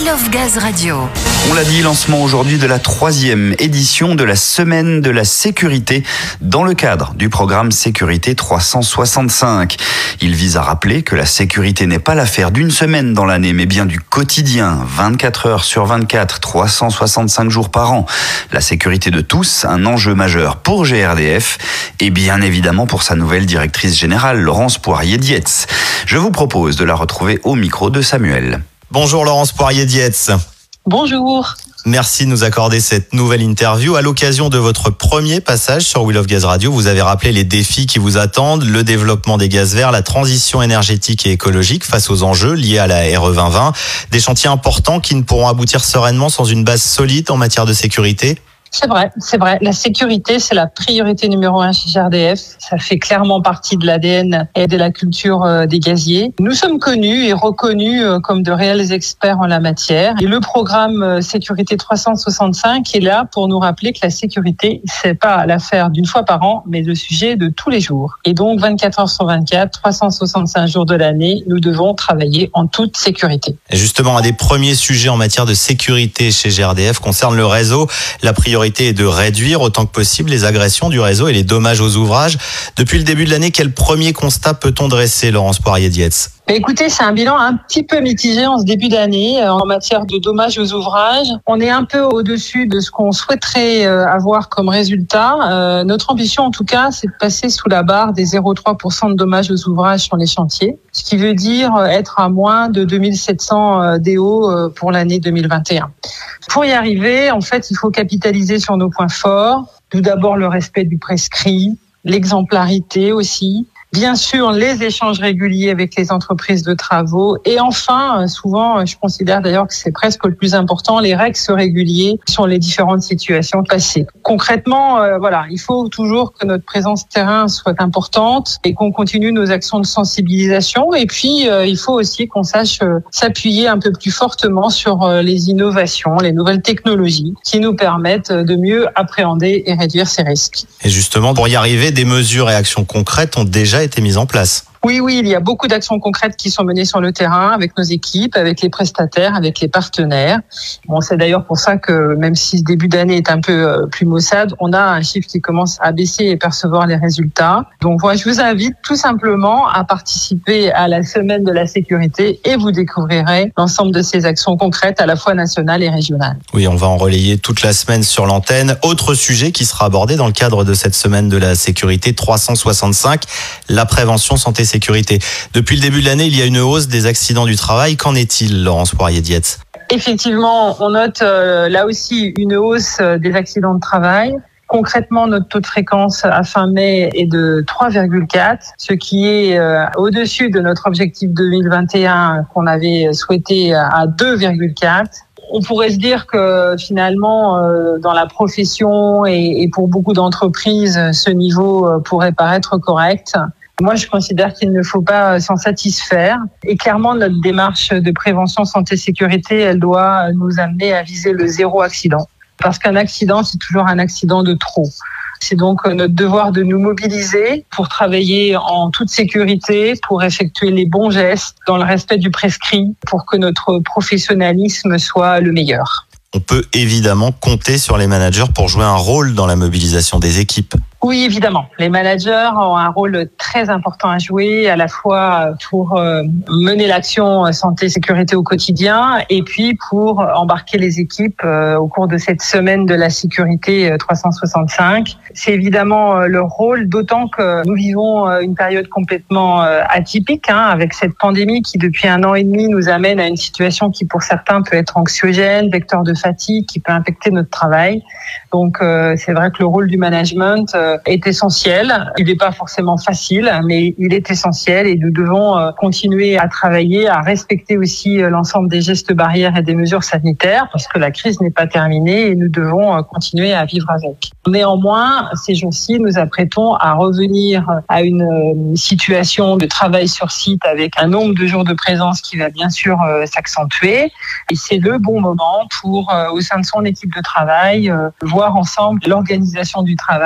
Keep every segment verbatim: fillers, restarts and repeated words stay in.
Wheel of Gaz Radio. On l'a dit, lancement aujourd'hui de la troisième édition de la Semaine de la Sécurité dans le cadre du programme Sécurité trois cent soixante-cinq. Il vise à rappeler que la sécurité n'est pas l'affaire d'une semaine dans l'année, mais bien du quotidien, vingt-quatre heures sur vingt-quatre, trois cent soixante-cinq jours par an. La sécurité de tous, un enjeu majeur pour G R D F et bien évidemment pour sa nouvelle directrice générale, Laurence Poirier-Dietz. Je vous propose de la retrouver au micro de Samuel. Bonjour Laurence Poirier-Dietz. Bonjour. Merci de nous accorder cette nouvelle interview. À l'occasion de votre premier passage sur Wheel of Gaz Radio, vous avez rappelé les défis qui vous attendent, le développement des gaz verts, la transition énergétique et écologique face aux enjeux liés à la R E vingt vingt. Des chantiers importants qui ne pourront aboutir sereinement sans une base solide en matière de sécurité. C'est vrai, c'est vrai. La sécurité, c'est la priorité numéro un chez G R D F. Ça fait clairement partie de l'A D N et de la culture des gaziers. Nous sommes connus et reconnus comme de réels experts en la matière. Et le programme Sécurité trois cent soixante-cinq est là pour nous rappeler que la sécurité, c'est pas l'affaire d'une fois par an, mais le sujet de tous les jours. Et donc, vingt-quatre heures sur vingt-quatre, trois cent soixante-cinq jours de l'année, nous devons travailler en toute sécurité. Et justement, un des premiers sujets en matière de sécurité chez G R D F concerne le réseau. La priorité est de réduire autant que possible les agressions du réseau et les dommages aux ouvrages. Depuis le début de l'année, quel premier constat peut-on dresser, Laurence Poirier-Dietz ? Écoutez, c'est un bilan un petit peu mitigé en ce début d'année en matière de dommages aux ouvrages. On est un peu au-dessus de ce qu'on souhaiterait avoir comme résultat. Euh, notre ambition, en tout cas, c'est de passer sous la barre des zéro virgule trois pour cent de dommages aux ouvrages sur les chantiers, ce qui veut dire être à moins de deux mille sept cents D O pour l'année deux mille vingt et un. Pour y arriver, en fait, il faut capitaliser sur nos points forts. Tout d'abord, le respect du prescrit, l'exemplarité aussi. Bien sûr, les échanges réguliers avec les entreprises de travaux. Et enfin, souvent, je considère d'ailleurs que c'est presque le plus important, les règles réguliers sur les différentes situations passées. Concrètement, euh, voilà, il faut toujours que notre présence terrain soit importante et qu'on continue nos actions de sensibilisation. Et puis, euh, il faut aussi qu'on sache euh, s'appuyer un peu plus fortement sur euh, les innovations, les nouvelles technologies qui nous permettent de mieux appréhender et réduire ces risques. Et justement, pour y arriver, des mesures et actions concrètes ont déjà été mises en place. Oui, oui, il y a beaucoup d'actions concrètes qui sont menées sur le terrain avec nos équipes, avec les prestataires, avec les partenaires. Bon, c'est d'ailleurs pour ça que même si ce début d'année est un peu plus maussade, on a un chiffre qui commence à baisser et percevoir les résultats. Donc voilà, je vous invite tout simplement à participer à la Semaine de la Sécurité et vous découvrirez l'ensemble de ces actions concrètes à la fois nationales et régionales. Oui, on va en relayer toute la semaine sur l'antenne. Autre sujet qui sera abordé dans le cadre de cette Semaine de la Sécurité trois cent soixante-cinq, la prévention santé sécurité. Depuis le début de l'année, il y a une hausse des accidents du travail. Qu'en est-il, Laurence Poirier-Dietz ? Effectivement, on note euh, là aussi une hausse des accidents de travail. Concrètement, notre taux de fréquence à fin mai est de trois virgule quatre, ce qui est euh, au-dessus de notre objectif deux mille vingt et un qu'on avait souhaité à deux virgule quatre. On pourrait se dire que finalement, euh, dans la profession et, et pour beaucoup d'entreprises, ce niveau euh, pourrait paraître correct. Moi, je considère qu'il ne faut pas s'en satisfaire. Et clairement, notre démarche de prévention santé-sécurité, elle doit nous amener à viser le zéro accident. Parce qu'un accident, c'est toujours un accident de trop. C'est donc notre devoir de nous mobiliser pour travailler en toute sécurité, pour effectuer les bons gestes dans le respect du prescrit, pour que notre professionnalisme soit le meilleur. On peut évidemment compter sur les managers pour jouer un rôle dans la mobilisation des équipes. Oui, évidemment. Les managers ont un rôle très important à jouer, à la fois pour mener l'action santé-sécurité au quotidien et puis pour embarquer les équipes au cours de cette semaine de la sécurité trois cent soixante-cinq. C'est évidemment leur rôle, d'autant que nous vivons une période complètement atypique, hein, avec cette pandémie qui, depuis un an et demi, nous amène à une situation qui, pour certains, peut être anxiogène, vecteur de fatigue, qui peut impacter notre travail. Donc, c'est vrai que le rôle du management est essentiel. Il n'est pas forcément facile, mais il est essentiel et nous devons continuer à travailler, à respecter aussi l'ensemble des gestes barrières et des mesures sanitaires parce que la crise n'est pas terminée et nous devons continuer à vivre avec. Néanmoins, ces jours-ci, nous apprêtons à revenir à une situation de travail sur site avec un nombre de jours de présence qui va bien sûr s'accentuer et c'est le bon moment pour, au sein de son équipe de travail, voir ensemble l'organisation du travail avec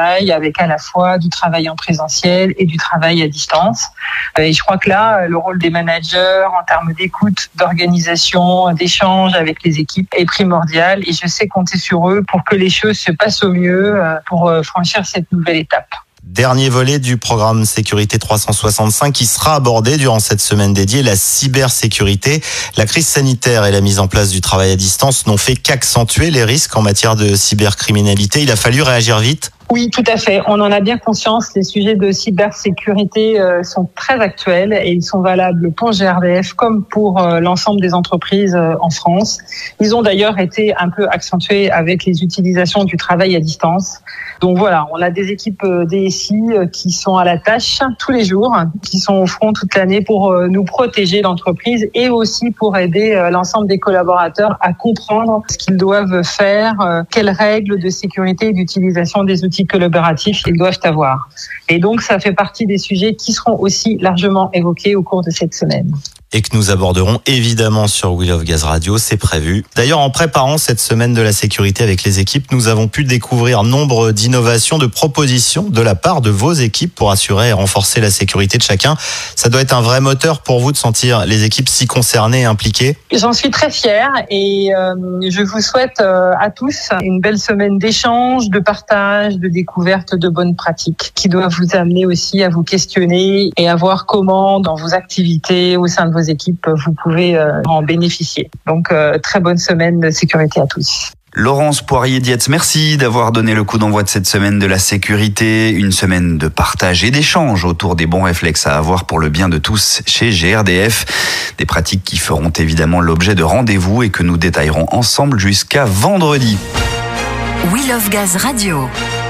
avec à la fois du travail en présentiel et du travail à distance. Et je crois que là, le rôle des managers en termes d'écoute, d'organisation, d'échange avec les équipes est primordial et je sais compter sur eux pour que les choses se passent au mieux pour franchir cette nouvelle étape. Dernier volet du programme Sécurité trois cent soixante-cinq qui sera abordé durant cette semaine dédiée, la cybersécurité. La crise sanitaire et la mise en place du travail à distance n'ont fait qu'accentuer les risques en matière de cybercriminalité. Il a fallu réagir vite. Oui, tout à fait. On en a bien conscience. Les sujets de cybersécurité euh, sont très actuels et ils sont valables pour G R D F comme pour euh, l'ensemble des entreprises euh, en France. Ils ont d'ailleurs été un peu accentués avec les utilisations du travail à distance. Donc voilà, on a des équipes euh, D S I euh, qui sont à la tâche tous les jours, qui sont au front toute l'année pour euh, nous protéger l'entreprise et aussi pour aider euh, l'ensemble des collaborateurs à comprendre ce qu'ils doivent faire, euh, quelles règles de sécurité et d'utilisation des outils collaboratifs ils doivent avoir. Et donc, ça fait partie des sujets qui seront aussi largement évoqués au cours de cette semaine. Et que nous aborderons évidemment sur We Love Gaz Radio, c'est prévu. D'ailleurs, en préparant cette semaine de la sécurité avec les équipes, nous avons pu découvrir nombre d'innovations, de propositions de la part de vos équipes pour assurer et renforcer la sécurité de chacun. Ça doit être un vrai moteur pour vous de sentir les équipes si concernées et impliquées. J'en suis très fière et euh, je vous souhaite euh, à tous une belle semaine d'échange, de partage, de découverte de bonnes pratiques qui doivent vous amener aussi à vous questionner et à voir comment dans vos activités au sein de vos équipes, vous pouvez euh, en bénéficier. Donc, euh, très bonne semaine de sécurité à tous. Laurence Poirier-Dietz, merci d'avoir donné le coup d'envoi de cette semaine de la sécurité, une semaine de partage et d'échange autour des bons réflexes à avoir pour le bien de tous chez G R D F. Des pratiques qui feront évidemment l'objet de rendez-vous et que nous détaillerons ensemble jusqu'à vendredi. We Love Gaz Radio.